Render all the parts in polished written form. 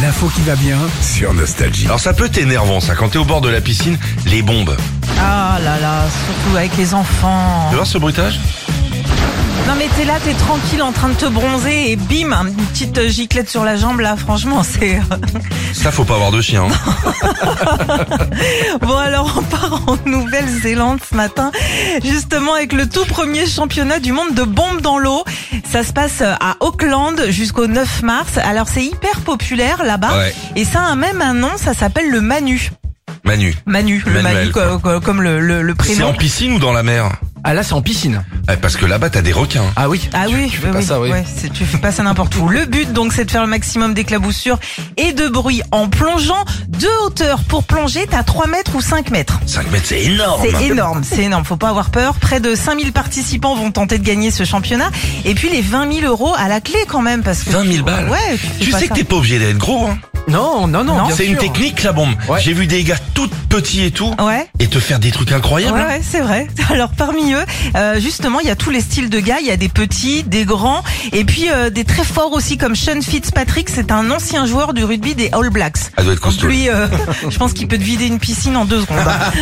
L'info qui va bien sur Nostalgie. Alors ça peut être énervant ça, quand t'es au bord de la piscine, les bombes. Ah là là, surtout avec les enfants. Tu veux voir ce bruitage? Non mais t'es là, t'es tranquille en train de te bronzer et bim, une petite giclette sur la jambe là, franchement c'est... Ça faut pas avoir de chien. Bon alors on part en Nouvelle-Zélande ce matin, justement avec le tout premier championnat du monde de bombes dans l'eau. Ça se passe à Auckland jusqu'au 9 mars. Alors c'est hyper populaire là-bas, Ouais. et ça a même un nom, ça s'appelle le Manu. Manu. Manu, le Manuel, Manu comme le prénom. C'est en piscine ou dans la mer? Ah là c'est en piscine. Ouais, parce que là-bas t'as des requins. Ah oui. Ah oui, tu fais pas ça, oui. Ouais, tu fais pas ça n'importe où. Le but donc c'est de faire le maximum d'éclaboussures et de bruit en plongeant. De hauteur pour plonger, t'as 3 mètres ou 5 mètres. 5 mètres, c'est énorme. C'est énorme, faut pas avoir peur. Près de 5000 participants vont tenter de gagner ce championnat. Et puis les 20 000 euros à la clé quand même, parce que... 20 000 balles. Ouais, Tu sais que t'es pas obligé d'être gros, hein. Non, Non. bien C'est une sûr. technique la bombe. Ouais. J'ai vu des gars tout petits et tout, Ouais. et te faire des trucs incroyables. Ouais, c'est vrai. Alors parmi eux, justement, il y a tous les styles de gars. Il y a des petits, des grands, et puis des très forts aussi, comme Sean Fitzpatrick. C'est un ancien joueur du rugby des All Blacks. Ça doit être costaud. Lui, je pense qu'il peut te vider une piscine en 2 secondes.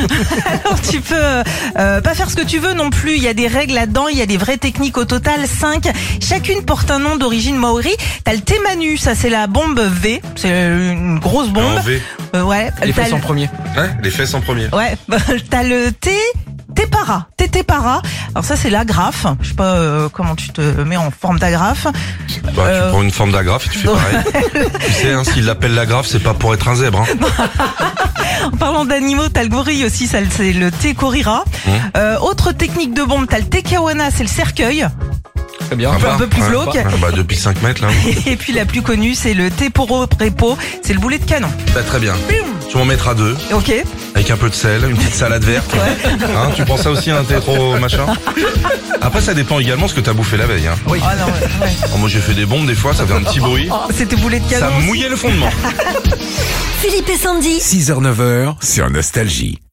Alors tu peux pas faire ce que tu veux non plus. Il y a des règles là-dedans. Il y a des vraies techniques, au total 5. Chacune porte un nom d'origine maori. T'as le Te Manu, ça c'est la bombe V. C'est une grosse bombe. En V. Ouais. Les T'as fesses le- en premier. Ouais, les fesses en premier. Ouais. T'as le Tepara. Tetepara. Alors ça c'est l'agrafe. Je sais pas comment tu te mets en forme d'agrafe. Bah, tu prends une forme d'agrafe et tu fais pareil. Tu sais, hein, s'il l'appelle l'agrafe, c'est pas pour être un zèbre. Hein. En parlant d'animaux, t'as le gorille aussi, ça c'est le Te Korira. Autre technique de bombe, t'as le Te Kawana, c'est le cercueil. Très bien. Un peu plus glauque. Ouais, bah, depuis 5 mètres là. Et puis la plus connue, c'est le Te Poro Prepo, c'est le boulet de canon. Bah, très bien. Tu m'en mettras 2, Ok. avec un peu de sel, une petite salade verte. Hein, tu prends ça aussi, hein, t'es trop machin. Après, ça dépend également ce que t'as bouffé la veille. Hein. Oui. Ah non, ouais. Oh, moi, j'ai fait des bombes des fois, ça fait un petit bruit. C'était boulet de canon. Ça mouillait le fondement. Philippe et Sandy. 6h-9h sur Nostalgie.